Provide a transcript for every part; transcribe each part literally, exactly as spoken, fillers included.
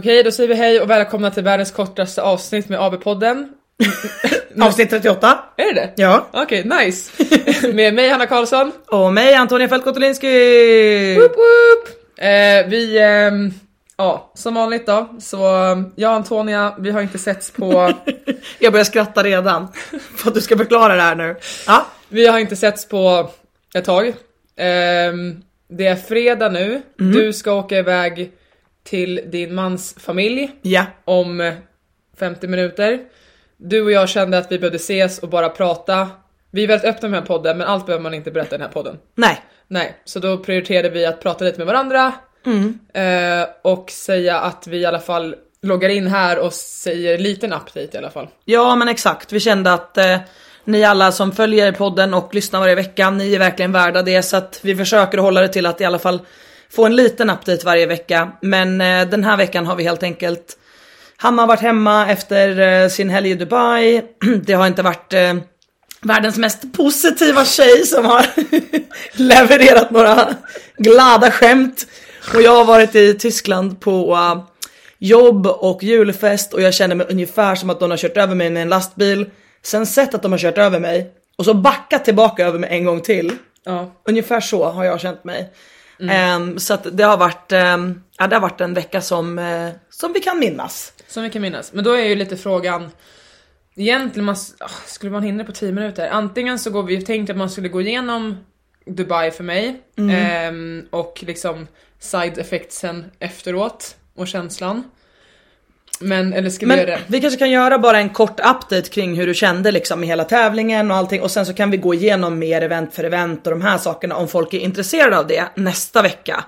Okej, då säger vi hej och välkomna till världens kortaste avsnitt med A B-podden. Avsnitt trettioåtta. Är det det? Ja. Okej, okay, nice. Med mig Hanna Karlsson. Och mig Antonia Fältkotolinski. Woop woop. Eh, vi, eh, ja, som vanligt då. Så jag och Antonia, vi har inte setts på... Jag börjar skratta redan. För att du ska förklara det här nu. Ja. Vi har inte setts på ett tag. Eh, det är fredag nu. Mm. Du ska åka iväg till din mans familj. Ja. Om femtio minuter. Du och jag kände att vi behövde ses och bara prata. Vi är väldigt öppna med den här podden, men allt behöver man inte berätta i den här podden. Nej. Nej, så då prioriterade vi att prata lite med varandra. Mm. Eh, och säga att vi i alla fall loggar in här och säger en liten update i alla fall. Ja, men exakt. Vi kände att eh, ni alla som följer podden och lyssnar varje vecka, ni är verkligen värda det. Så att vi försöker hålla det till att i alla fall få en liten update varje vecka. Men eh, den här veckan har vi helt enkelt... Hanna har varit hemma efter eh, sin helg i Dubai. Det har inte varit eh, världens mest positiva tjej som har levererat några glada skämt. Och jag har varit i Tyskland på uh, jobb och julfest. Och jag känner mig ungefär som att de har kört över mig med en lastbil. Sen sett att de har kört över mig. Och så backat tillbaka över mig en gång till. Ja. Ungefär så har jag känt mig. Mm. Um, så att det har varit um, ja, det har varit en vecka som, uh, som vi kan minnas. Som vi kan minnas. Men då är ju lite frågan, egentligen man, oh, skulle man hinna på tio minuter. Antingen så går vi tänkte att man skulle gå igenom Dubai för mig. Mm. Um, och liksom side effectsen efteråt. Och känslan. Men, eller ska vi Men göra det? Vi kanske kan göra bara en kort update kring hur du kände liksom med hela tävlingen och allting. Och sen så kan vi gå igenom mer event för event och de här sakerna om folk är intresserade av det nästa vecka.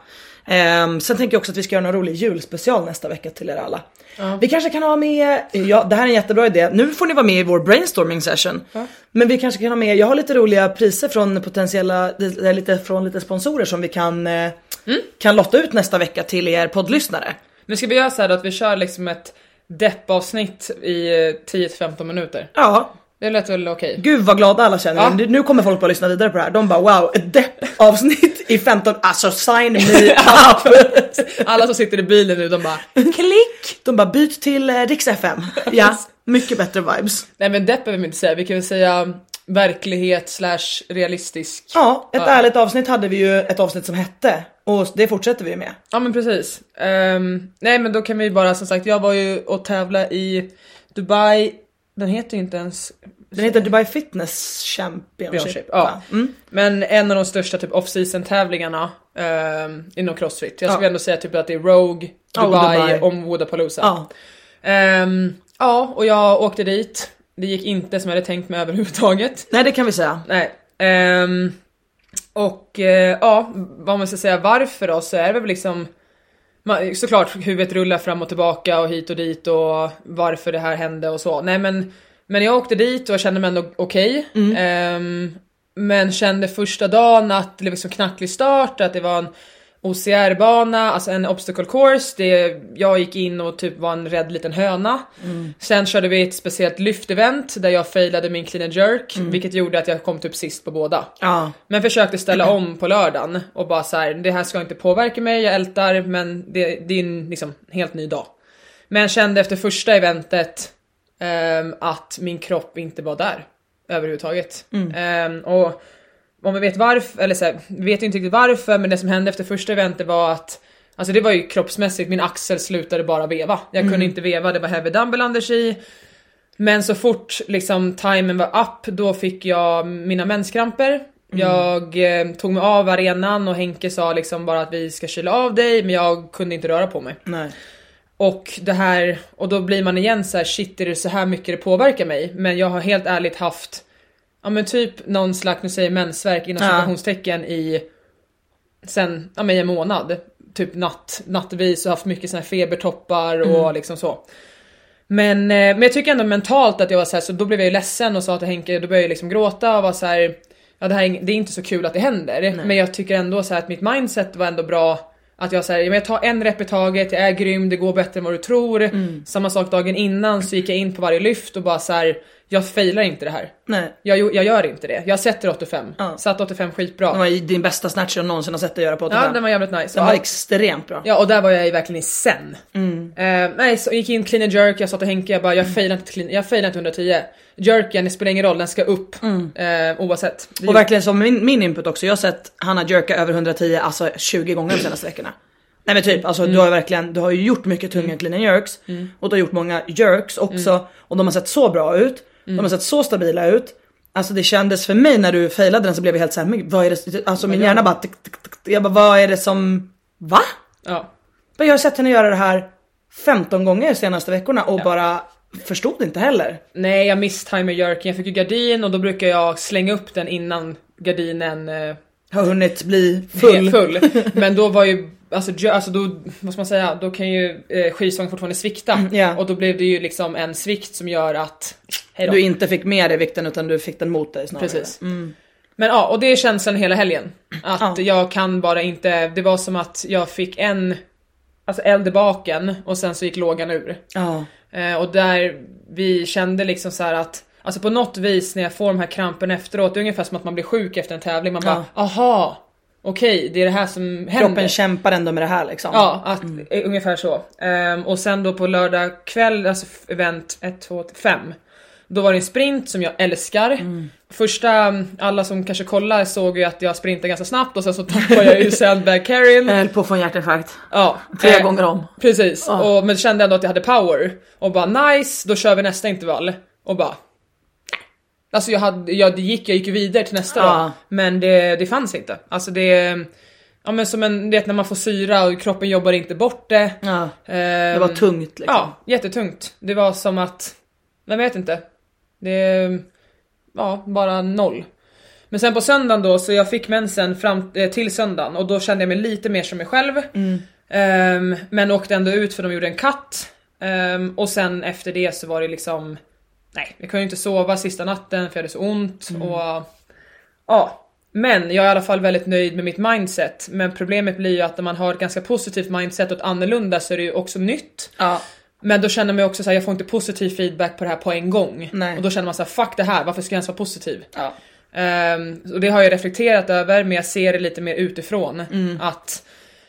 Um, sen tänker jag också att vi ska göra en rolig julspecial nästa vecka till er alla. Ja. Vi kanske kan ha med, ja, det här är en jättebra idé. Nu får ni vara med i vår brainstorming session. Ja. Men vi kanske kan ha med, jag har lite roliga priser från potentiella, lite från lite sponsorer som vi kan, mm. kan lotta ut nästa vecka till er poddlyssnare. Nu ska vi göra så här då, att vi kör liksom ett deppavsnitt i tio till femton minuter. Ja. Det lät väl okej. Okay. Gud vad glada alla känner. Ja. Nu kommer folk bara lyssna vidare på det här. De bara wow, ett deppavsnitt i femton. Alltså sign me up. Alla som sitter i bilen nu, de bara klick. De bara byt till eh, Rix F M. Ja, mycket bättre vibes. Nej men depp behöver vi inte säga. Vi kan väl säga verklighet slash realistisk. Ja, ett ja. ärligt avsnitt hade vi ju ett avsnitt som hette. Och det fortsätter vi med. Ja men precis. Um, nej men då kan vi bara, som sagt, jag var ju och tävla i Dubai. Den heter ju inte ens... Den heter Dubai Fitness Championship. Ja. Mm. Men en av de största typ off-season tävlingarna um, inom CrossFit. Jag skulle ja. ändå säga typ att det är Rogue, Dubai, oh, Dubai. om Wodapalooza. Ja. Um, ja, och jag åkte dit. Det gick inte som jag hade tänkt mig överhuvudtaget. Nej, det kan vi säga. Nej. Um, och uh, ja, vad man ska säga varför då, så är det väl liksom... Man, såklart huvudet rullar fram och tillbaka och hit och dit och varför det här hände och så. Nej men, men jag åkte dit och kände mig ändå okej. Okay. Mm. Um, men kände första dagen att det var liksom knacklig start, att det var en O C R-bana, alltså en obstacle course. Det, jag gick in och typ var en rädd liten höna. Mm. Sen körde vi ett speciellt lyftevent där jag failade min clean and jerk. Mm. Vilket gjorde att jag kom typ sist på båda. Ah. Men försökte ställa om på lördagen. Och bara så här, det här ska inte påverka mig, jag ältar. Men det, det är en liksom, helt ny dag. Men kände efter första eventet um, att min kropp inte var där överhuvudtaget. Mm. Um, och om vi vet varför, eller så här, vi vet inte riktigt varför, men det som hände efter första eventet var att, alltså det var ju kroppsmässigt, min axel slutade bara veva. Jag mm. kunde inte veva, det var heavy dumbbell anders i. Men så fort liksom timen var upp, då fick jag mina menskramper. Mm. Jag eh, tog mig av arenan och Henke sa liksom bara att vi ska kyla av dig, men jag kunde inte röra på mig. Nej. Och det här, och då blir man igen så här, shit, är det så här mycket det påverkar mig? Men jag har helt ärligt haft, ja men typ någon slags, nu säger mensvärk inom situationstecken i sen, ja men en månad. Typ natt, nattvis och haft mycket såna här febertoppar och mm. liksom så. Men, men jag tycker ändå mentalt att jag var så här, så då blev jag ju ledsen och sa till Henke, då började jag liksom gråta och var så här, ja det här är, det är inte så kul att det händer. Nej. Men jag tycker ändå så här att mitt mindset var ändå bra. Att jag säger, jag tar en rep i taget, jag är grym, det går bättre än vad du tror. Mm. Samma sak dagen innan så gick jag in på varje lyft och bara så här, jag failar inte det här. Nej. Jag, jag gör inte det. Jag sätter åttiofem. Ja. Satt åttiofem skitbra. Det var ju din bästa snatch jag någonsin har sett dig göra på åttiofem. Ja, den var jävligt nice. Den var ja. extremt bra. Ja, och där var jag ju verkligen i sen. Mm. Uh, nej, så gick in clean and jerk, jag satt och Henke, jag bara, jag failar inte clean, jag failar inte hundratio. Jerken, det spelar ingen roll, den ska upp. Mm. Uh, oavsett. Det och verkligen som min, min input också, jag har sett Hanna jerka över hundratio, alltså tjugo gånger de senaste veckorna. Nej men typ, alltså mm. du har ju verkligen, du har ju gjort mycket tunga mm. clean and jerks. Mm. Och du har gjort många jerks också. Mm. Och de har sett så bra ut. Mm. De har sett så stabila ut. Alltså det kändes för mig när du failade den så blev jag helt såhär, men vad är det? Alltså min hjärna bara, tick, tick, tick, jag bara, vad är det som, va? Ja. Men jag har sett henne göra det här femton gånger de senaste veckorna och ja. bara förstod inte heller. Nej, jag misstimer jerken, jag fick ju gardin och då brukar jag slänga upp den innan gardinen eh, har hunnit bli full. full. Men då var ju Alltså, alltså då, vad ska man säga, då kan ju eh, skivstången fortfarande svikta. Mm, yeah. Och då blev det ju liksom en svikt som gör att hejdå. Du inte fick med dig vikten utan du fick den mot dig snarare. Precis. Mm. Men ja, och det är känslan hela helgen. Att ja. jag kan bara inte, det var som att jag fick en alltså eld i baken och sen så gick lågan ur. Ja. Eh, och där vi kände liksom så här att alltså på något vis när jag får de här krampen efteråt, det är ungefär som att man blir sjuk efter en tävling. Man ja. bara, aha. Okej, det är det här som händer. Kroppen kämpar ändå med det här liksom. Ja, att, mm. ungefär så. Um, och sen då på lördag kväll, alltså event ett, två, fem. Då var det en sprint som jag älskar. Mm. Första, alla som kanske kollar såg ju att jag sprintade ganska snabbt. Och sen så tappade jag ju sandbag carryn. Jag höll på att få en hjärtinfarkt. Ja. Tre eh, gånger om. Precis, oh. och, men kände ändå att jag hade power. Och bara nice, då kör vi nästa intervall. Och bara... Alltså jag hade, jag, det gick, jag gick vidare till nästa ja. dag. Men det, det fanns inte. Alltså det, ja men som en, vet när man får syra och kroppen jobbar inte bort det. Ja. Eh, det var tungt liksom. Ja, jättetungt. Det var som att, jag vet inte. Det, ja, bara noll. Men sen på söndagen då, så jag fick mensen fram till söndagen. Och då kände jag mig lite mer som mig själv. Mm. Um, men åkte ändå ut för de gjorde en cut. Um, och sen efter det så var det liksom... Nej, jag kunde inte sova sista natten för jag hade så ont. Mm. Och ja, men jag är i alla fall väldigt nöjd med mitt mindset. Men problemet blir ju att när man har ett ganska positivt mindset och ett annorlunda så är det ju också nytt. Ja. Men då känner man också så här, jag får inte positiv feedback på det här på en gång. Nej. Och då känner man så här, fuck det här, varför ska jag ens vara positiv? Ja. Um, och det har jag reflekterat över, men jag ser det lite mer utifrån. Mm. Att,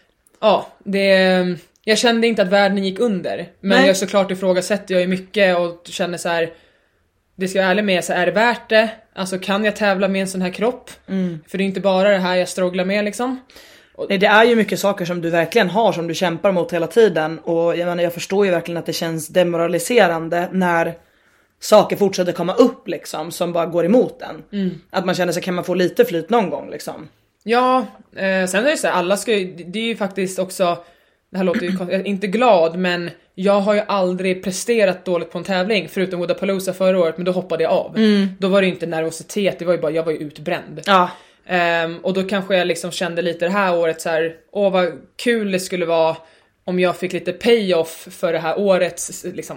ja, det... Jag kände inte att världen gick under. Men Nej. jag såklart ifrågasätter jag ju mycket och känner så här. Det ska jag ärlig med, så är det värt det? Alltså kan jag tävla med en sån här kropp? Mm. För det är inte bara det här jag strugglar med liksom. Nej, det är ju mycket saker som du verkligen har, som du kämpar mot hela tiden. Och jag menar, jag förstår ju verkligen att det känns demoraliserande när saker fortsätter komma upp liksom, som bara går emot en. Mm. Att man känner sig, kan man få lite flyt någon gång liksom? Ja, eh, sen är det så här, alla ska ju, det är ju faktiskt också, det här låter ju jag är inte glad, men jag har ju aldrig presterat dåligt på en tävling förutom Wodapalooza förra året, men då hoppade jag av. Mm. Då var det inte nervositet, det var ju bara, jag var ju utbränd. Ja. Um, och då kanske jag liksom kände lite det här året så här, åh vad kul det skulle vara om jag fick lite payoff för det här årets liksom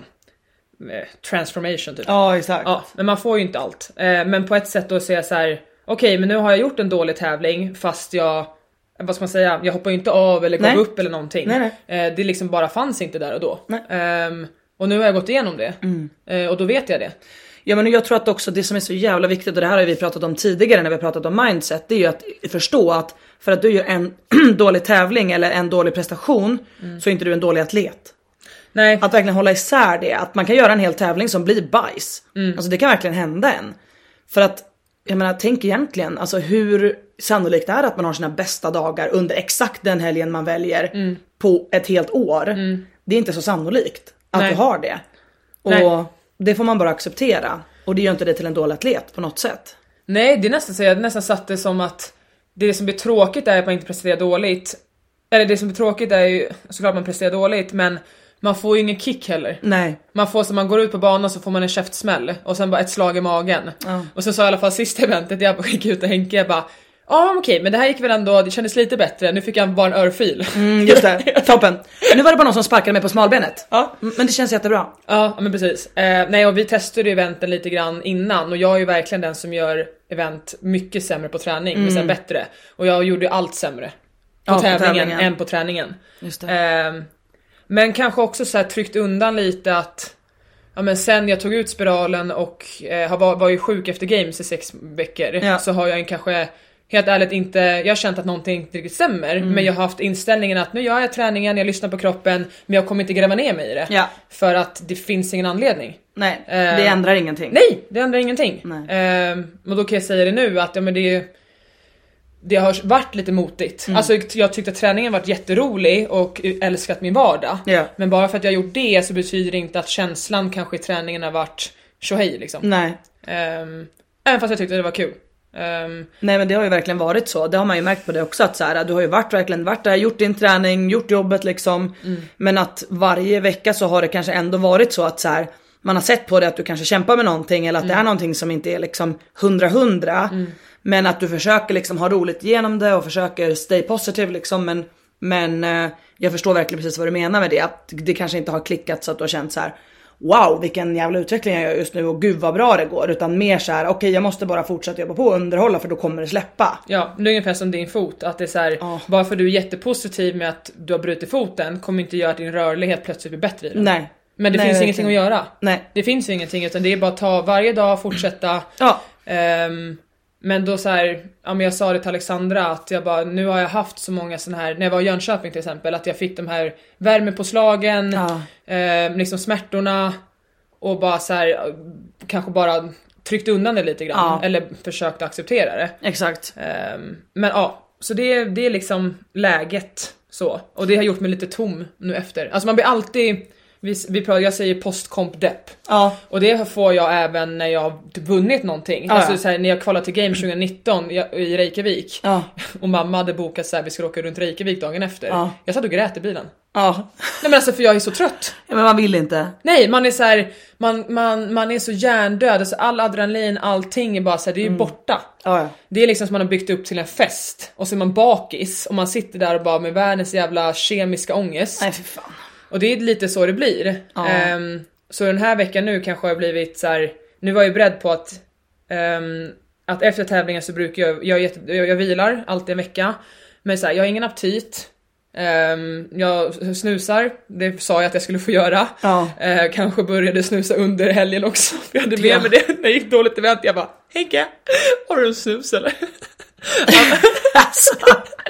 transformation typ. Ja, exakt. Ja, men man får ju inte allt. Uh, men på ett sätt då ser jag så här, okej, okay, men nu har jag gjort en dålig tävling fast jag, vad ska man säga, jag hoppar inte av eller gav nej. upp eller någonting. Nej, nej. Uh, det liksom bara fanns inte där och då. Um, och nu har jag gått igenom det. Mm. Uh, och då vet jag det. Ja, men jag tror att också det som är så jävla viktigt, och det här har vi pratat om tidigare när vi har pratat om mindset, det är ju att förstå att för att du gör en dålig tävling eller en dålig prestation, mm. så är inte du en dålig atlet. Nej. Att verkligen hålla isär det, att man kan göra en hel tävling som blir bajs. Mm. Alltså det kan verkligen hända en. För att, jag menar, tänk egentligen, alltså hur sannolikt är det att man har sina bästa dagar under exakt den helgen man väljer mm. på ett helt år. Mm. Det är inte så sannolikt att Nej. du har det. Och Nej. det får man bara acceptera. Och det gör inte det till en dålig atlet på något sätt. Nej, det är nästan så jag nästan satt det som att det som blir tråkigt är att man inte presterar dåligt. Eller det som blir tråkigt är ju såklart att man presterar dåligt, men man får ju ingen kick heller. Nej. Man får, så man går ut på banan så får man en käftsmäll och sen bara ett slag i magen. Ja. Och så sa jag i alla fall sista eventet, jag skickade ut och Henke, jag bara, ja ah, okej, men det här gick väl ändå, det kändes lite bättre. Nu fick jag bara en örfil. Mm, just det, toppen. Nu var det bara någon som sparkade mig på smalbenet. Ja. Men det känns jättebra. Ja, men precis. Eh, nej, och vi testade eventen lite grann innan. Och jag är ju verkligen den som gör event mycket sämre på träning, mm. men sen bättre. Och jag gjorde ju allt sämre på, ja, tävlingen, på tävlingen än på träningen. Just det. Eh, men kanske också så här tryckt undan lite att ja men sen jag tog ut spiralen och eh, var, var ju sjuk efter games i sex veckor. Ja. Så har jag en kanske, helt ärligt inte, jag har känt att någonting inte riktigt stämmer. Mm. Men jag har haft inställningen att nu gör jag träningen, jag lyssnar på kroppen, men jag kommer inte gräva ner mig i det. Ja. För att det finns ingen anledning. Nej, det uh, ändrar ingenting. Nej, det ändrar ingenting. Uh, och då kan jag säga det nu att ja, men det, det har varit lite motigt. Mm. Alltså jag tyckte att träningen varit jätterolig och älskat min vardag. Yeah. Men bara för att jag gjort det så betyder det inte att känslan kanske i träningen har varit tjohej liksom. Nej. Um, även fast jag tyckte det var kul. Um, Nej men det har ju verkligen varit så. Det har man ju märkt på det också att så här, du har ju varit verkligen varit där, gjort din träning, gjort jobbet liksom. Mm. Men att varje vecka så har det kanske ändå varit så att så här, man har sett på det att du kanske kämpar med någonting eller att mm. det är någonting som inte är liksom hundra hundra. Mm. Men att du försöker liksom ha roligt genom det och försöker stay positive liksom. Men, men eh, jag förstår verkligen precis vad du menar med det. Att det kanske inte har klickat så att du har känt så här: wow, vilken jävla utveckling jag gör just nu och gud vad bra det går. Utan mer så här: okej okay, jag måste bara fortsätta jobba på och underhålla för då kommer det släppa. Ja, det är ungefär som din fot. Att det är så här, oh. bara för du är jättepositiv med att du har brutit foten kommer inte göra att din rörlighet plötsligt blir bättre i den. Nej. Men det Nej, finns ingenting att göra. Nej. Det finns ju ingenting utan det är bara att ta varje dag, fortsätta. Ja. Um, men då så här, ja men jag sa det till Alexandra att jag bara, nu har jag haft så många såna här, när jag var i Jönköping till exempel, att jag fick de här värmepåslagen, ja. eh, liksom smärtorna och bara så här, kanske bara tryckt undan det lite grann ja. Eller försökt acceptera det. Exakt. Um, men ja, så det, det är liksom läget så. Och det har gjort mig lite tom nu efter. Alltså man blir alltid, vi, vi pratar, jag säger postkomp-depp. Ja. Och det får jag även när jag har vunnit någonting. Ja, alltså ja. Så här, när jag kvalade till Game tjugonitton i Reykjavik. Ja. Och mamma hade bokat så här, vi ska åka runt Reykjavik dagen efter. Ja. Jag satt och grät i bilen. Ja. Nej men alltså för jag är så trött. Ja, men man vill inte. Nej, man är så här, man, man, man är så hjärndöd. Alltså all adrenalin, allting är bara så här, det är ju mm. borta. Ja, ja. Det är liksom som man har byggt upp till en fest. Och så är man bakis. Och man sitter där och bara med världens jävla kemiska ångest. Nej för fan. Och det är lite så det blir. Ja. Um, så den här veckan nu kanske har blivit så här. Nu var jag beredd på att um, att efter tävlingen så brukar jag jag, jätte, jag, jag vilar alltid en vecka. Men så här, jag har ingen aptit. Um, jag snusar. Det sa jag att jag skulle få göra. Ja. uh, Kanske började snusa under helgen också. För jag hade med ja. mig det när det gick dåligt event. Jag bara, Henke, har du en snus eller? Alltså.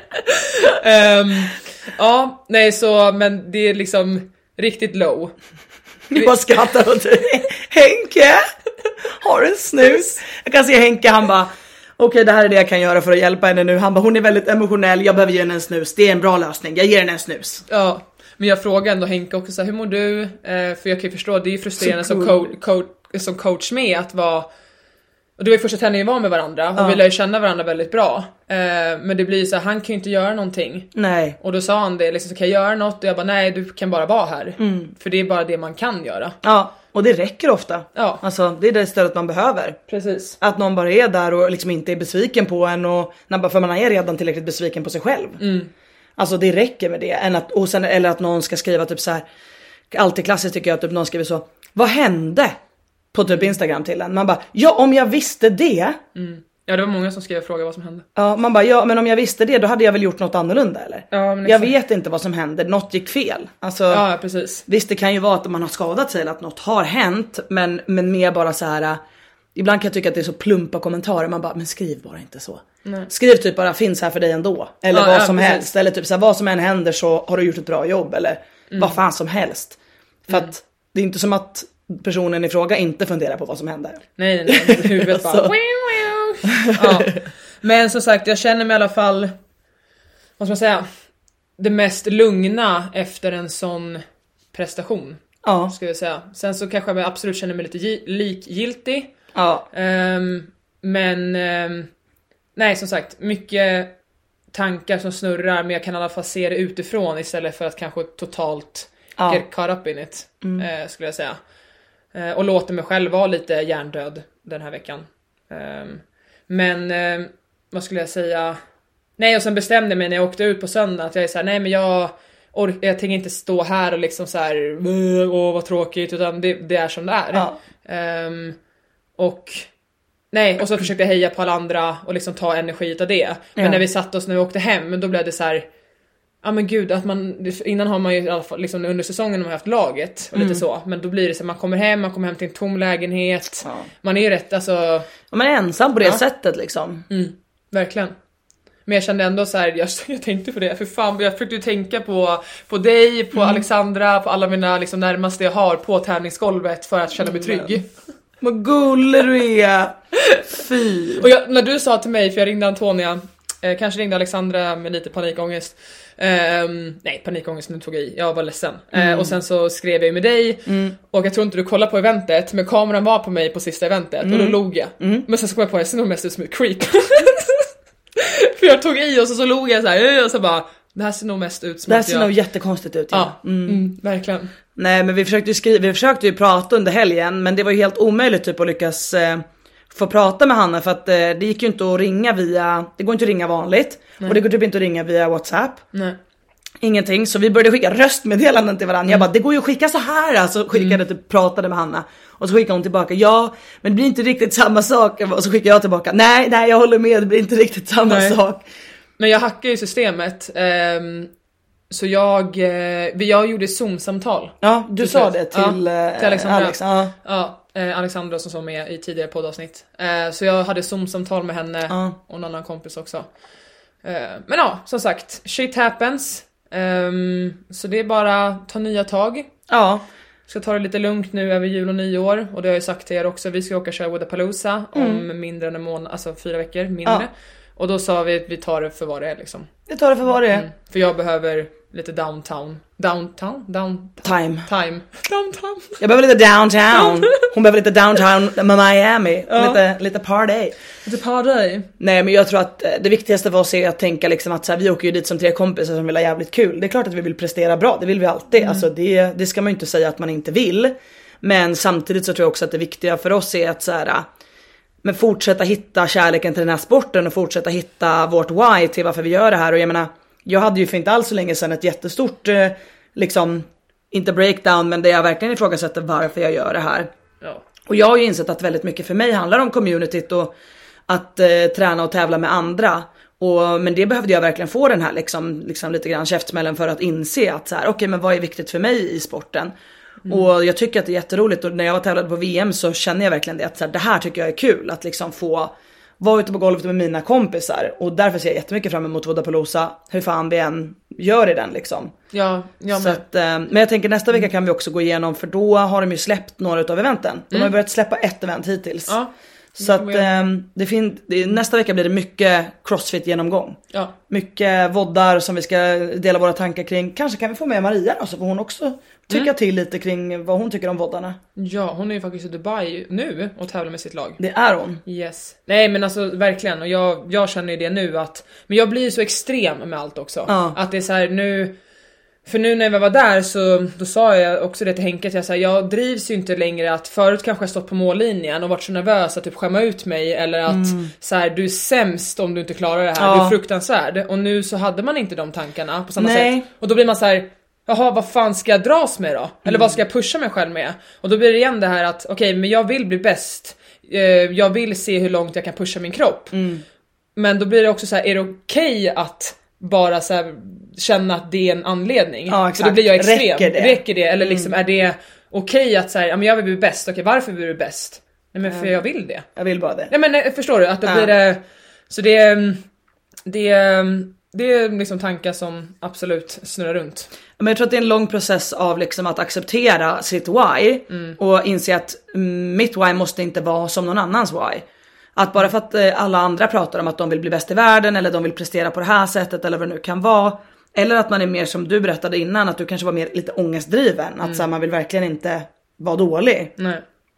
um, Ja, nej så, men det är liksom riktigt low. Vi bara skrattar åt dig. Henke, har du en snus? Jag kan se Henke, han bara, okej okay, det här är det jag kan göra för att hjälpa henne nu. Han bara, hon är väldigt emotionell, jag behöver ge henne en snus. Det är en bra lösning, jag ger henne en snus. Ja, men jag frågar ändå Henke också så här, hur mår du? Eh, för jag kan ju förstå, det är frustrerande som, coach, coach, som coach med att vara. Och det var ju första träningen vi var med varandra. Och ja. vi lär ju känna varandra väldigt bra. eh, Men det blir ju så här, han kan ju inte göra någonting. Nej. Och då sa han det, liksom, så kan jag göra något? Och jag bara, nej du kan bara vara här. mm. För det är bara det man kan göra. Ja, och det räcker ofta. Ja. Alltså det är det stödet man behöver. Precis. Att någon bara är där och liksom inte är besviken på en. Och när, för man är redan tillräckligt besviken på sig själv. mm. Alltså det räcker med det än att, och sen, eller att någon ska skriva typ så här. Alltid klassiskt tycker jag att typ någon skriver så, vad hände? På typ Instagram till en. Man bara, ja om jag visste det. Mm. Ja det var många som skrev och frågade vad som hände. Ja man bara, ja men om jag visste det då hade jag väl gjort något annorlunda eller? Ja, men jag vet inte vad som hände, något gick fel. Alltså, ja precis. Visst det kan ju vara att man har skadat sig eller att något har hänt. Men, men mer bara så här. Ibland kan jag tycka att det är så plumpa kommentarer. Man bara, men skriv bara inte så. Nej. Skriv typ bara, finns här för dig ändå. Eller ja, vad ja, som precis. helst. Eller typ så här, vad som än händer så har du gjort ett bra jobb. Eller mm. vad fan som helst. För mm. att det är inte som att personen i fråga inte funderar på vad som händer. Nej, nej, nej. Huvudet bara. Ja. Men som sagt, jag känner mig i alla fall, vad ska man säga, det mest lugna efter en sån prestation. Ja. Ska jag säga. Sen så kanske jag absolut känner mig lite gi- likgiltig. Ja. Um, men um, nej, som sagt, mycket tankar som snurrar, men jag kan i alla fall se det utifrån istället för att kanske totalt ja. get caught up in it. Mm. Uh, skulle jag säga. Uh, och låter mig själv vara lite hjärndöd den här veckan. Um, men uh, vad skulle jag säga? Nej, och sen bestämde jag mig när jag åkte ut på söndag att jag är så här, nej men jag ork- jag tänker inte stå här och liksom så här, åh vad tråkigt, utan det, det är som det är. Ja. Um, och nej, och så försökte jag heja på alla andra och liksom ta energi av det. Men ja. när vi satt oss när vi åkte hem, då blev det så här, Ja men gud, att man, innan har man ju i alla fall liksom under säsongen har man haft laget och mm. lite så, men då blir det så man kommer hem, man kommer hem till en tom lägenhet. Ja. Man är ju rätt alltså ja, man är ensam på det ja. sättet liksom. Mm, verkligen. Men jag kände ändå så här, jag, jag tänkte på det för fan, jag försökte ju tänka på på dig, på mm. Alexandra, på alla mina liksom närmaste jag har på tävlingsgolvet för att känna mig trygg. Mm. Vad gullig du är. Fy. Och jag, när du sa till mig, för jag ringde Antonia, eh, kanske ringde Alexandra med lite panikångest. Um, nej, panikångest, nu tog jag i. Jag var ledsen. Mm. Uh, och sen så skrev jag med dig. Mm. Och jag tror inte du kollade på eventet, men kameran var på mig på sista eventet. Mm. Och då log jag. Mm. Men sen så kom jag på att jag ser nog mest ut som ett creep. För jag tog i och så, så log jag så här. Och så bara, det här ser nog mest ut som det här att ser jag... nog jättekonstigt ut. Ja, ja. Mm. Mm, verkligen. Nej, men vi försökte ju skriva, vi försökte ju prata under helgen. Men det var ju helt omöjligt typ att lyckas eh, få prata med Hanna. För att eh, det gick ju inte att ringa via, det går inte att ringa vanligt. Nej. Och det går typ inte att ringa via WhatsApp. Nej. Ingenting, så vi började skicka röstmeddelanden till varandra. Mm. Jag bara, det går ju att skicka så här. Alltså skickade mm. typ, pratade med Hanna. Och så skickade hon tillbaka, ja, men det blir inte riktigt samma sak. Och så skickade jag tillbaka, nej, nej, jag håller med, det blir inte riktigt samma nej. sak. Men jag hackade ju systemet. Um, så jag, uh, jag gjorde Zoom-samtal. Ja, du sa det till, ja, till Alexandra. Alex. Ja, ja uh, Alexandra som var med i tidigare poddavsnitt. Uh, så jag hade Zoom-samtal med henne ja. och en annan kompis också. Uh, men ja, som sagt, shit happens. Um, så det är bara ta nya tag. Ja. Ska ta det lite lugnt nu över jul och nyår. Och det har jag sagt till er också. Vi ska åka köra Wodapalooza mm. om mindre än en månad. Alltså fyra veckor mindre. Ja. Och då sa vi att vi tar det för vad det är liksom. Vi tar det för vad det är. Mm. För jag behöver lite downtown. Downtown? Down... Time. Time. Downtown. Jag behöver lite downtown. Hon behöver lite downtown med Miami. Ja. Lite, lite party. Lite party. Nej, men jag tror att det viktigaste för oss är att tänka liksom att så här, vi åker ju dit som tre kompisar som vill ha jävligt kul. Det är klart att vi vill prestera bra. Det vill vi alltid. Mm. Alltså det, det ska man ju inte säga att man inte vill. Men samtidigt så tror jag också att det viktiga för oss är att så här... Men fortsätta hitta kärleken till den här sporten och fortsätta hitta vårt why till varför vi gör det här. Och jag menar, jag hade ju för inte alls så länge sedan ett jättestort, eh, liksom, inte breakdown, men det jag verkligen ifrågasätter varför jag gör det här. Ja. Och jag har ju insett att väldigt mycket för mig handlar om communityt och att eh, träna och tävla med andra. Och, men det behövde jag verkligen få den här liksom, liksom lite grann käftsmällen för att inse att så här, okej, okay, men vad är viktigt för mig i sporten? Mm. Och jag tycker att det är jätteroligt, och när jag var tävlade på V M så känner jag verkligen det att så här, det här tycker jag är kul att liksom få vara ute på golvet med mina kompisar, och därför ser jag jättemycket fram emot Wodapalooza, hur fan vi än gör i den liksom. Ja, jag så att, eh, men jag tänker nästa vecka kan vi också gå igenom, för då har de ju släppt några utav eventen. De mm. har börjat släppa ett event hittills. Ja. Så att eh, det fin- det, nästa vecka blir det mycket crossfit genomgång. Ja. Mycket voddar som vi ska dela våra tankar kring. Kanske kan vi få med Maria då, så får hon också tycka mm. till lite kring vad hon tycker om voddarna. Ja, hon är ju faktiskt i Dubai nu och tävlar med sitt lag. Det är hon. Yes. Nej, men alltså verkligen, och jag, jag känner ju det nu att, men jag blir så extrem med allt också. Ja. Att det är så här nu, för nu när jag var där så då sa jag också det till Henke, att jag, så här, jag drivs ju inte längre att förut kanske jag stått på mållinjen och varit så nervös att typ skämma ut mig, eller att mm. så här, du är sämst om du inte klarar det här, ja. Du är fruktansvärd. Och nu så hade man inte de tankarna på samma Nej. sätt. Och då blir man så här, jaha, vad fan ska jag dras med då? Mm. Eller vad ska jag pusha mig själv med? Och då blir det igen det här att okej, okay, men jag vill bli bäst. Uh, jag vill se hur långt jag kan pusha min kropp. Mm. Men då blir det också så här, är det okej okay att bara så här, känna att det är en anledning? Ja, exakt. För då blir jag extrem. Räcker det? Räcker det? Eller liksom, mm. är det okej okay att så här, ja, men jag vill bli bäst. Okej, okay, varför vill du bli bäst? Nej, men för mm. jag vill det. Jag vill bara det. Nej, men förstår du? Att då ja. blir det... Så det... Det... Det är liksom tankar som absolut snurrar runt. Men jag tror att det är en lång process av liksom att acceptera sitt why. Mm. Och inse att mitt why måste inte vara som någon annans why. Att bara för att alla andra pratar om att de vill bli bäst i världen, eller de vill prestera på det här sättet, eller vad det nu kan vara. Eller att man är mer, som du berättade innan, att du kanske var mer lite ångestdriven. Mm. Att så här, man vill verkligen inte vara dålig. Nej.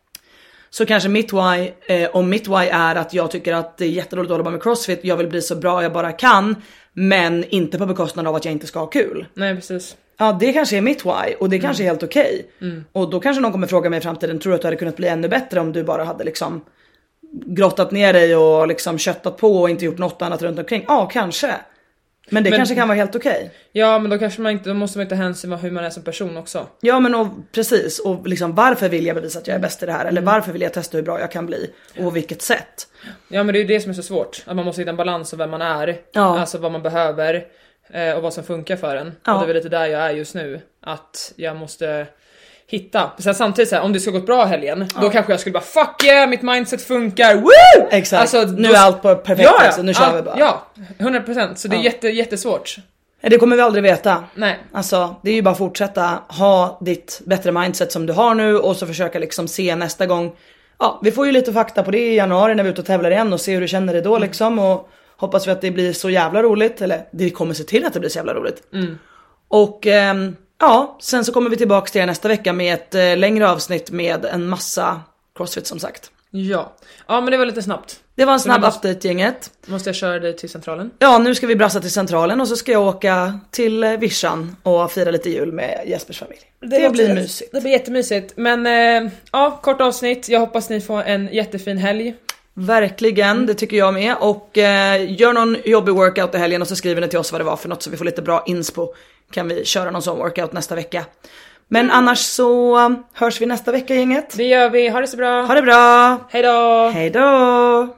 Så kanske mitt why, eh, om mitt why är att jag tycker att det är jätteroligt att hålla på med crossfit. Jag vill bli så bra jag bara kan. Men inte på bekostnad av att jag inte ska ha kul. Nej, precis. Ja, det kanske är mitt why. Och det kanske mm. är helt okej. Okay. Mm. Och då kanske någon kommer fråga mig i framtiden, tror du att du hade kunnat bli ännu bättre om du bara hade liksom grottat ner dig och liksom köttat på och inte gjort något annat runt omkring? Ja, kanske. Men det men, kanske kan vara helt okej. Okay. Ja, men då kanske man inte, då måste man inte hänsyn med hur man är som person också. Ja, men och, precis. Och liksom, varför vill jag bevisa att jag är bäst i det här? Eller mm. varför vill jag testa hur bra jag kan bli? Och på vilket sätt? Ja, men det är ju det som är så svårt. Att man måste hitta en balans av vem man är. Ja. Alltså vad man behöver. eh, och vad som funkar för en. Ja. Och det är väl lite där jag är just nu. Att jag måste hitta. Sen samtidigt så här, om det ska gå bra helgen, ja. då kanske jag skulle bara fuck yeah, mitt mindset funkar. Woo! Exakt. Alltså, nu då, är allt på perfekt. Ja, alltså, nu kör all, vi bara. Ja, hundra procent. Så det är ja. jätte, jättesvårt. Det kommer vi aldrig veta. Nej. Alltså, det är ju bara att fortsätta ha ditt bättre mindset som du har nu och så försöka liksom se nästa gång. Ja, vi får ju lite fakta på det i januari när vi är ute och tävlar igen och se hur du känner det då mm. liksom, och hoppas vi att det blir så jävla roligt, eller det kommer se till att det blir så jävla roligt. Mm. Och ehm, ja, sen så kommer vi tillbaka till er nästa vecka med ett eh, längre avsnitt med en massa CrossFit som sagt. Ja, ja men det var lite snabbt. Det var en snabb måste, update-gänget. Måste jag köra dig till centralen? Ja, nu ska vi brassa till centralen och så ska jag åka till Vischan och fira lite jul med Jespers familj. Det, det blir mysigt. Det blir jättemysigt. Men eh, ja, kort avsnitt. Jag hoppas ni får en jättefin helg. Verkligen, mm. det tycker jag med. Och eh, gör någon jobbig workout i helgen och så skriver ni till oss vad det var för något så vi får lite bra inspo. Kan vi köra någon sån workout nästa vecka. Men mm. annars så hörs vi nästa vecka, gänget. Det gör vi, ha det så bra. Ha det bra. Hej då. Hej då.